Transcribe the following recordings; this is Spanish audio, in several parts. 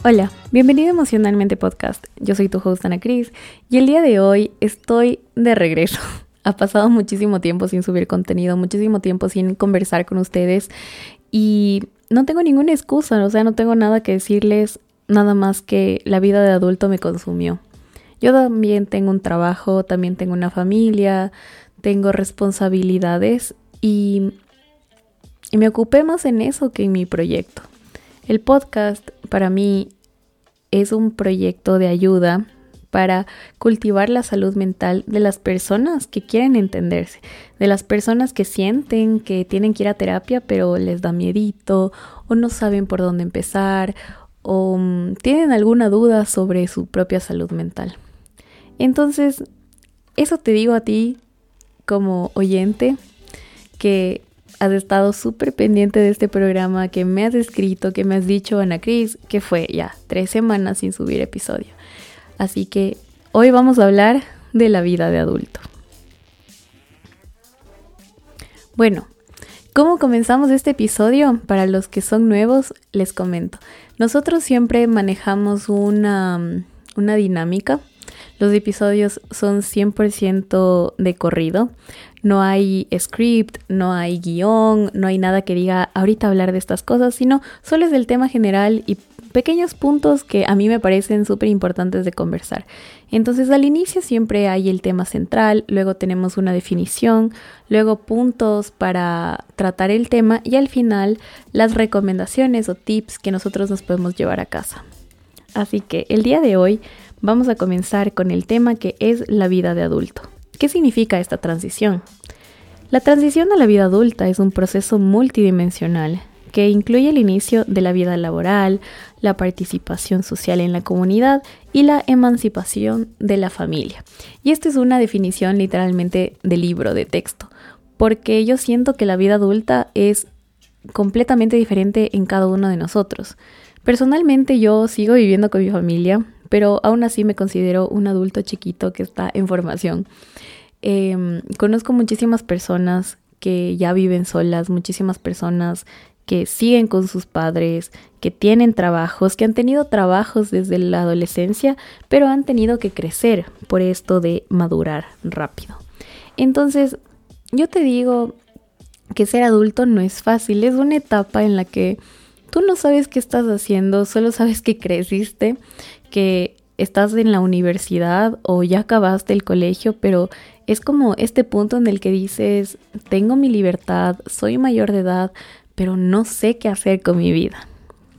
Hola, bienvenido a Emocionalmente Podcast. Yo soy tu host Ana Cris y el día de hoy estoy de regreso. Ha pasado muchísimo tiempo sin subir contenido, muchísimo tiempo sin conversar con ustedes y no tengo ninguna excusa, no tengo nada que decirles, nada más que la vida de adulto me consumió. Yo también tengo un trabajo, también tengo una familia, tengo responsabilidades y me ocupé más en eso que en mi proyecto. El podcast para mí es un proyecto de ayuda para cultivar la salud mental de las personas que quieren entenderse, de las personas que sienten que tienen que ir a terapia pero les da miedito o no saben por dónde empezar o tienen alguna duda sobre su propia salud mental. Entonces, eso te digo a ti como oyente que has estado súper pendiente de este programa, que me has escrito, que me has dicho, Ana Cris, que fue ya 3 semanas sin subir episodio. Así que hoy vamos a hablar de la vida de adulto. Bueno, ¿cómo comenzamos este episodio? Para los que son nuevos, les comento. Nosotros siempre manejamos una dinámica. Los episodios son 100% de corrido. No hay script, no hay guión, no hay nada que diga ahorita hablar de estas cosas, sino solo es el tema general y pequeños puntos que a mí me parecen súper importantes de conversar. Entonces al inicio siempre hay el tema central, luego tenemos una definición, luego puntos para tratar el tema y al final las recomendaciones o tips que nosotros nos podemos llevar a casa. Así que el día de hoy vamos a comenzar con el tema que es la vida de adulto. ¿Qué significa esta transición? La transición a la vida adulta es un proceso multidimensional que incluye el inicio de la vida laboral, la participación social en la comunidad y la emancipación de la familia. Y esta es una definición literalmente de libro, de texto, porque yo siento que la vida adulta es completamente diferente en cada uno de nosotros. Personalmente yo sigo viviendo con mi familia, pero aún así me considero un adulto chiquito que está en formación. Conozco muchísimas personas que ya viven solas, muchísimas personas que siguen con sus padres, que tienen trabajos, que han tenido trabajos desde la adolescencia, pero han tenido que crecer por esto de madurar rápido. Entonces, yo te digo que ser adulto no es fácil, es una etapa en la que tú no sabes qué estás haciendo, solo sabes que creciste, que estás en la universidad o ya acabaste el colegio, pero es como este punto en el que dices, tengo mi libertad, soy mayor de edad, pero no sé qué hacer con mi vida.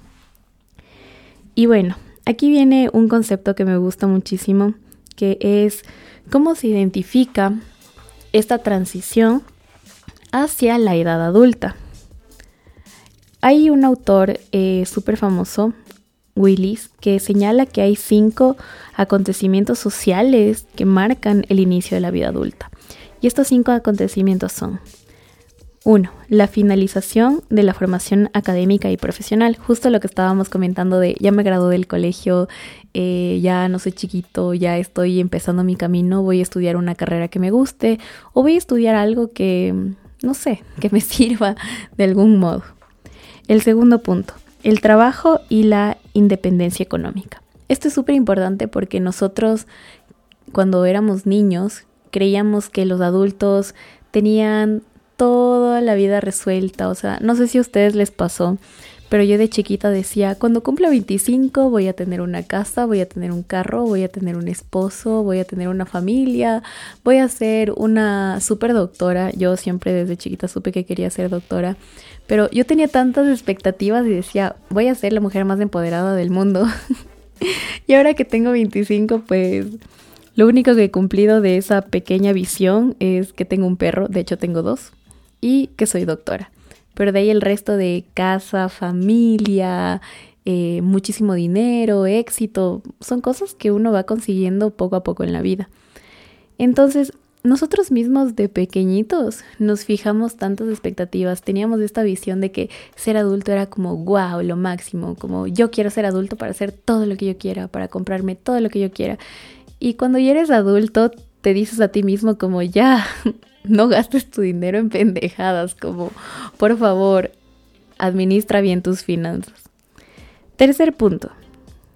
Y bueno, aquí viene un concepto que me gusta muchísimo, que es cómo se identifica esta transición hacia la edad adulta. Hay un autor súper famoso, Willis, que señala que hay 5 acontecimientos sociales que marcan el inicio de la vida adulta. Y estos 5 acontecimientos son: 1. La finalización de la formación académica y profesional. Justo lo que estábamos comentando de ya me gradué del colegio, ya no soy chiquito, ya estoy empezando mi camino, voy a estudiar una carrera que me guste o voy a estudiar algo que, no sé, que me sirva de algún modo. El segundo punto, el trabajo y la independencia económica. Esto es súper importante porque nosotros, cuando éramos niños, creíamos que los adultos tenían toda la vida resuelta. O sea, no sé si a ustedes les pasó, pero yo de chiquita decía, cuando cumpla 25 voy a tener una casa, voy a tener un carro, voy a tener un esposo, voy a tener una familia, voy a ser una súper doctora. Yo siempre desde chiquita supe que quería ser doctora, pero yo tenía tantas expectativas y decía, voy a ser la mujer más empoderada del mundo. Y ahora que tengo 25, pues lo único que he cumplido de esa pequeña visión es que tengo un perro, de hecho tengo 2, y que soy doctora. Pero de ahí el resto de casa, familia, muchísimo dinero, éxito, son cosas que uno va consiguiendo poco a poco en la vida. Entonces, nosotros mismos de pequeñitos nos fijamos tantas expectativas, teníamos esta visión de que ser adulto era como wow, lo máximo, como yo quiero ser adulto para hacer todo lo que yo quiera, para comprarme todo lo que yo quiera. Y cuando ya eres adulto, te dices a ti mismo como ya, no gastes tu dinero en pendejadas, como por favor, administra bien tus finanzas. Tercer punto,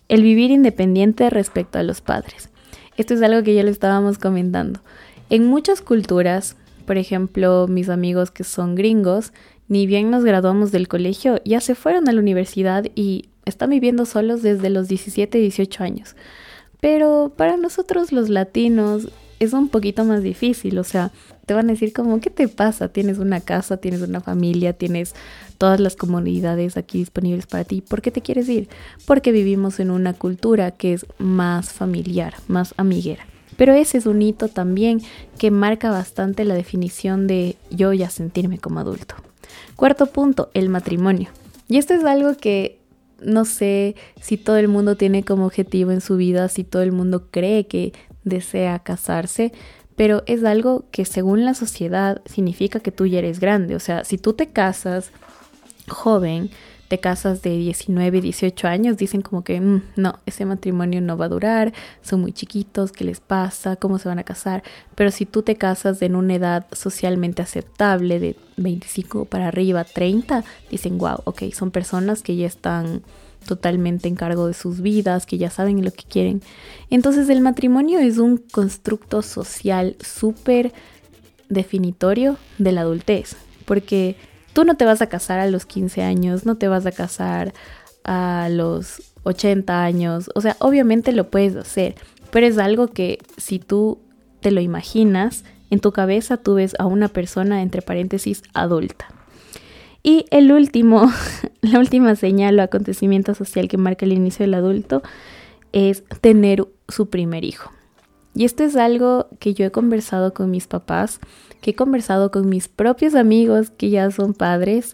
el vivir independiente respecto a los padres. Esto es algo que ya lo estábamos comentando. En muchas culturas, por ejemplo, mis amigos que son gringos, ni bien nos graduamos del colegio, ya se fueron a la universidad y están viviendo solos desde los 17, 18 años. Pero para nosotros los latinos es un poquito más difícil, o sea, te van a decir como, ¿qué te pasa? Tienes una casa, tienes una familia, tienes todas las comodidades aquí disponibles para ti. ¿Por qué te quieres ir? Porque vivimos en una cultura que es más familiar, más amiguera. Pero ese es un hito también que marca bastante la definición de yo ya sentirme como adulto. Cuarto punto, el matrimonio. Y esto es algo que no sé si todo el mundo tiene como objetivo en su vida, si todo el mundo cree que desea casarse, pero es algo que según la sociedad significa que tú ya eres grande. O sea, si tú te casas joven, te casas de 19, 18 años, dicen como que no, ese matrimonio no va a durar, son muy chiquitos, ¿qué les pasa? ¿Cómo se van a casar? Pero si tú te casas en una edad socialmente aceptable de 25 para arriba, 30, dicen wow, ok, son personas que ya están totalmente en cargo de sus vidas, que ya saben lo que quieren. Entonces el matrimonio es un constructo social súper definitorio de la adultez, porque tú no te vas a casar a los 15 años, no te vas a casar a los 80 años, o sea, obviamente lo puedes hacer, pero es algo que si tú te lo imaginas, en tu cabeza tú ves a una persona, entre paréntesis, adulta. Y el último, la última señal o acontecimiento social que marca el inicio del adulto es tener su primer hijo. Y esto es algo que yo he conversado con mis papás, que he conversado con mis propios amigos que ya son padres,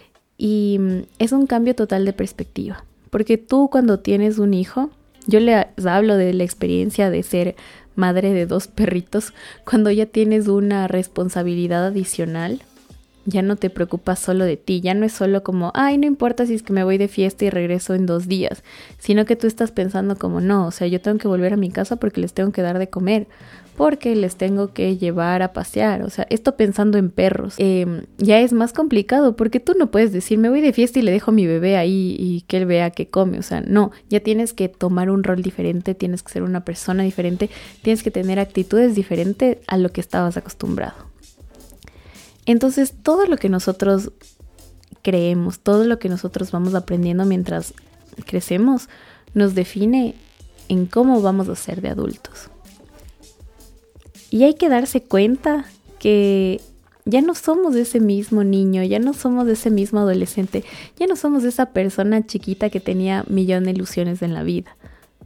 y es un cambio total de perspectiva. Porque tú cuando tienes un hijo, yo les hablo de la experiencia de ser madre de 2 perritos, cuando ya tienes una responsabilidad adicional, ya no te preocupas solo de ti, ya no es solo como, ay, no importa si es que me voy de fiesta y regreso en 2 días, sino que tú estás pensando como, no, o sea, yo tengo que volver a mi casa porque les tengo que dar de comer, porque les tengo que llevar a pasear, o sea, esto pensando en perros, ya es más complicado porque tú no puedes decir, me voy de fiesta y le dejo a mi bebé ahí y que él vea que come, o sea, no, ya tienes que tomar un rol diferente, tienes que ser una persona diferente, tienes que tener actitudes diferentes a lo que estabas acostumbrado. Entonces, todo lo que nosotros creemos, todo lo que nosotros vamos aprendiendo mientras crecemos, nos define en cómo vamos a ser de adultos. Y hay que darse cuenta que ya no somos ese mismo niño, ya no somos ese mismo adolescente, ya no somos esa persona chiquita que tenía millón de ilusiones en la vida.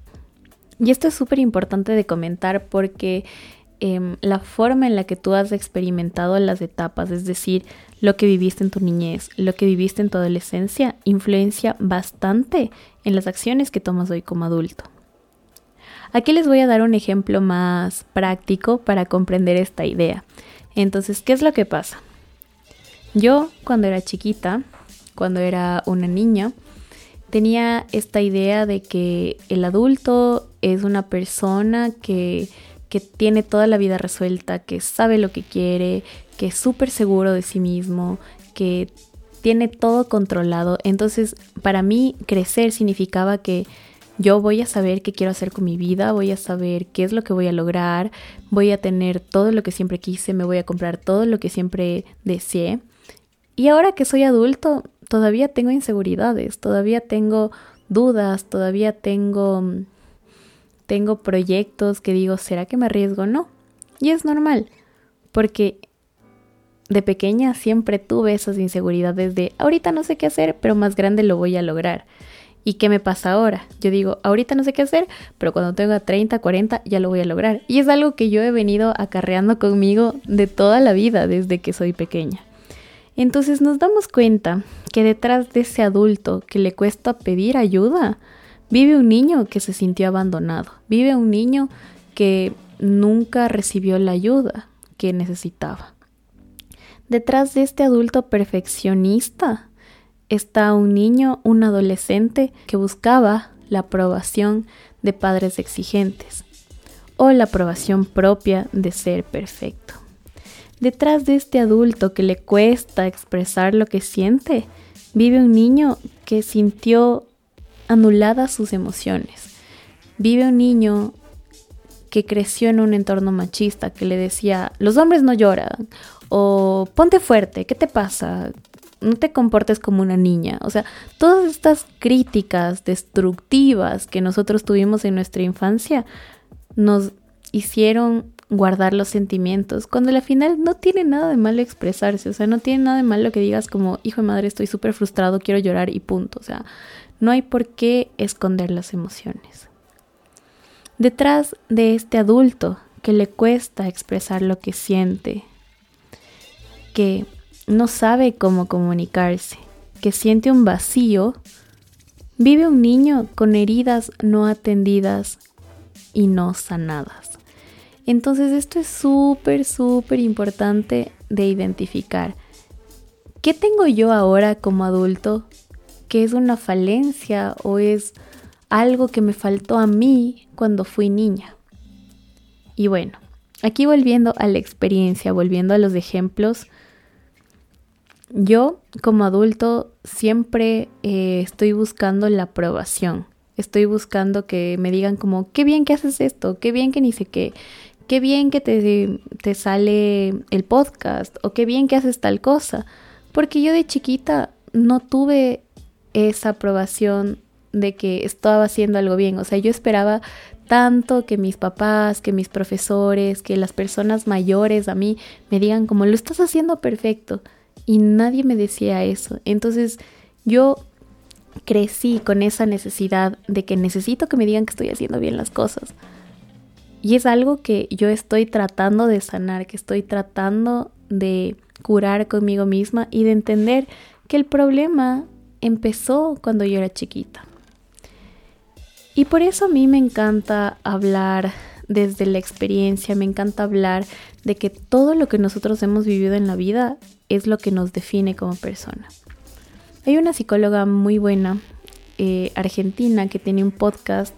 Y esto es súper importante de comentar porque la forma en la que tú has experimentado las etapas, es decir, lo que viviste en tu niñez, lo que viviste en tu adolescencia, influencia bastante en las acciones que tomas hoy como adulto. Aquí les voy a dar un ejemplo más práctico para comprender esta idea. Entonces, ¿qué es lo que pasa? Yo, cuando era chiquita, cuando era una niña, tenía esta idea de que el adulto es una persona que tiene toda la vida resuelta, que sabe lo que quiere, que es súper seguro de sí mismo, que tiene todo controlado. Entonces, para mí, crecer significaba que yo voy a saber qué quiero hacer con mi vida, voy a saber qué es lo que voy a lograr, voy a tener todo lo que siempre quise, me voy a comprar todo lo que siempre deseé. Y ahora que soy adulto, todavía tengo inseguridades, todavía tengo dudas, todavía tengo proyectos que digo, ¿será que me arriesgo o no? Y es normal, porque de pequeña siempre tuve esas inseguridades de ahorita no sé qué hacer, pero más grande lo voy a lograr. ¿Y qué me pasa ahora? Yo digo, ahorita no sé qué hacer, pero cuando tenga 30, 40 ya lo voy a lograr. Y es algo que yo he venido acarreando conmigo de toda la vida, desde que soy pequeña. Entonces nos damos cuenta que detrás de ese adulto que le cuesta pedir ayuda, vive un niño que se sintió abandonado, vive un niño que nunca recibió la ayuda que necesitaba. Detrás de este adulto perfeccionista está un niño, un adolescente que buscaba la aprobación de padres exigentes o la aprobación propia de ser perfecto. Detrás de este adulto que le cuesta expresar lo que siente, vive un niño que sintió anuladas sus emociones. vive un niño que creció en un entorno machista, que le decía, los hombres no lloran, o ponte fuerte, ¿qué te pasa? No te comportes como una niña. O sea, todas estas críticas destructivas que nosotros tuvimos en nuestra infancia nos hicieron guardar los sentimientos, cuando al final no tiene nada de malo expresarse. O sea, no tiene nada de malo que digas como, hijo de madre, estoy súper frustrado, quiero llorar y punto. O sea, no hay por qué esconder las emociones. Detrás de este adulto que le cuesta expresar lo que siente, que no sabe cómo comunicarse, que siente un vacío, vive un niño con heridas no atendidas y no sanadas. Entonces esto es súper importante de identificar. ¿Qué tengo yo ahora como adulto que es una falencia o es algo que me faltó a mí cuando fui niña? Y bueno, aquí volviendo a la experiencia, volviendo a los ejemplos, yo como adulto siempre estoy buscando la aprobación. Estoy buscando que me digan como, qué bien que haces esto, qué bien que ni sé qué bien que te sale el podcast o qué bien que haces tal cosa. Porque yo de chiquita no tuve esa aprobación de que estaba haciendo algo bien. O sea, yo esperaba tanto que mis papás, que mis profesores, que las personas mayores a mí me digan como, lo estás haciendo perfecto. Y nadie me decía eso. Entonces yo crecí con esa necesidad de que necesito que me digan que estoy haciendo bien las cosas. Y es algo que yo estoy tratando de sanar, que estoy tratando de curar conmigo misma y de entender que el problema empezó cuando yo era chiquita. Y por eso a mí me encanta hablar desde la experiencia, me encanta hablar de que todo lo que nosotros hemos vivido en la vida es lo que nos define como persona. Hay una psicóloga muy buena, argentina, que tiene un podcast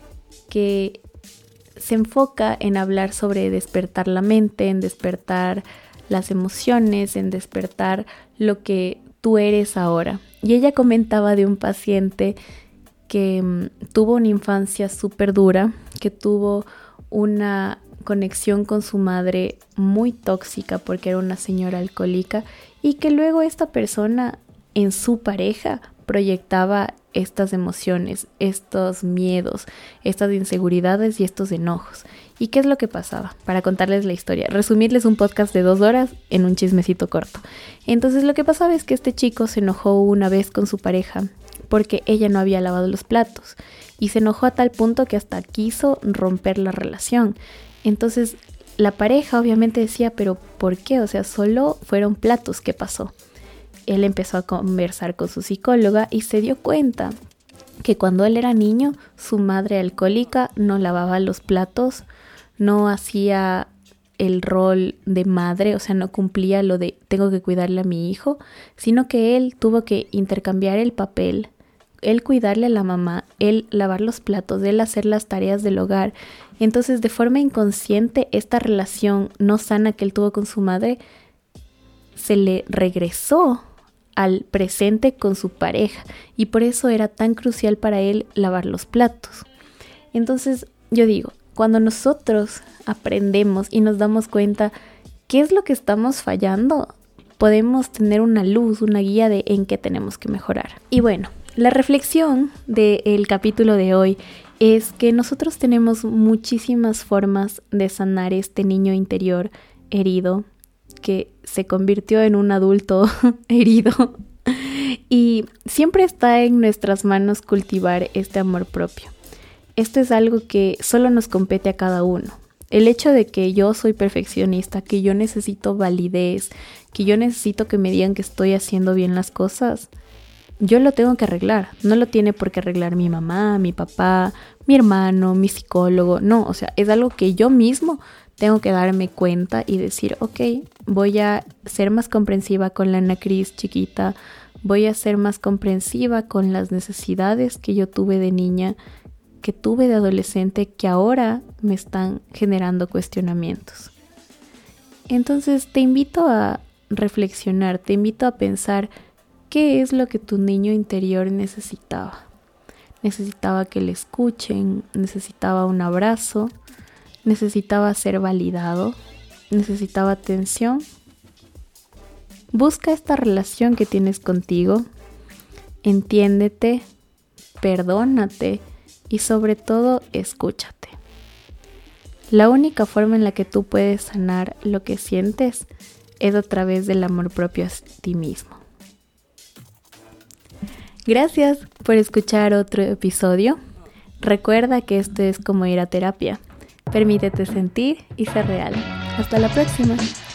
que se enfoca en hablar sobre despertar la mente, en despertar las emociones, en despertar lo que tú eres ahora. Y ella comentaba de un paciente que tuvo una infancia súper dura, que tuvo una conexión con su madre muy tóxica porque era una señora alcohólica y que luego esta persona en su pareja proyectaba estas emociones, estos miedos, estas inseguridades y estos enojos. ¿Y qué es lo que pasaba? Para contarles la historia, resumirles un podcast de 2 horas en un chismecito corto. Entonces lo que pasaba es que este chico se enojó una vez con su pareja porque ella no había lavado los platos y se enojó a tal punto que hasta quiso romper la relación. Entonces la pareja obviamente decía, pero ¿por qué? O sea, solo fueron platos, ¿qué pasó? Él empezó a conversar con su psicóloga y se dio cuenta que cuando él era niño, su madre alcohólica no lavaba los platos, no hacía el rol de madre, o sea, no cumplía lo de tengo que cuidarle a mi hijo, sino que él tuvo que intercambiar el papel, él cuidarle a la mamá, él lavar los platos, él hacer las tareas del hogar. Entonces, de forma inconsciente, esta relación no sana que él tuvo con su madre se le regresó al presente con su pareja y por eso era tan crucial para él lavar los platos. Entonces, yo digo, cuando nosotros aprendemos y nos damos cuenta qué es lo que estamos fallando, podemos tener una luz, una guía de en qué tenemos que mejorar. Y bueno, la reflexión del capítulo de hoy es que nosotros tenemos muchísimas formas de sanar este niño interior herido que se convirtió en un adulto herido y siempre está en nuestras manos cultivar este amor propio. Esto es algo que solo nos compete a cada uno. El hecho de que yo soy perfeccionista, que yo necesito validez, que yo necesito que me digan que estoy haciendo bien las cosas, yo lo tengo que arreglar. No lo tiene por qué arreglar mi mamá, mi papá, mi hermano, mi psicólogo. No, o sea, es algo que yo mismo tengo que darme cuenta y decir, ok, voy a ser más comprensiva con la Ana Cris chiquita, voy a ser más comprensiva con las necesidades que yo tuve de niña, que tuve de adolescente, que ahora me están generando cuestionamientos. Entonces te invito a reflexionar, te invito a pensar qué es lo que tu niño interior necesitaba. necesitaba que le escuchen, necesitaba un abrazo, necesitaba ser validado, necesitaba atención. Busca esta relación que tienes contigo, entiéndete, perdónate y sobre todo escúchate. La única forma en la que tú puedes sanar lo que sientes es a través del amor propio a ti mismo. Gracias por escuchar otro episodio. Recuerda que esto es como ir a terapia. Permítete sentir y ser real. Hasta la próxima.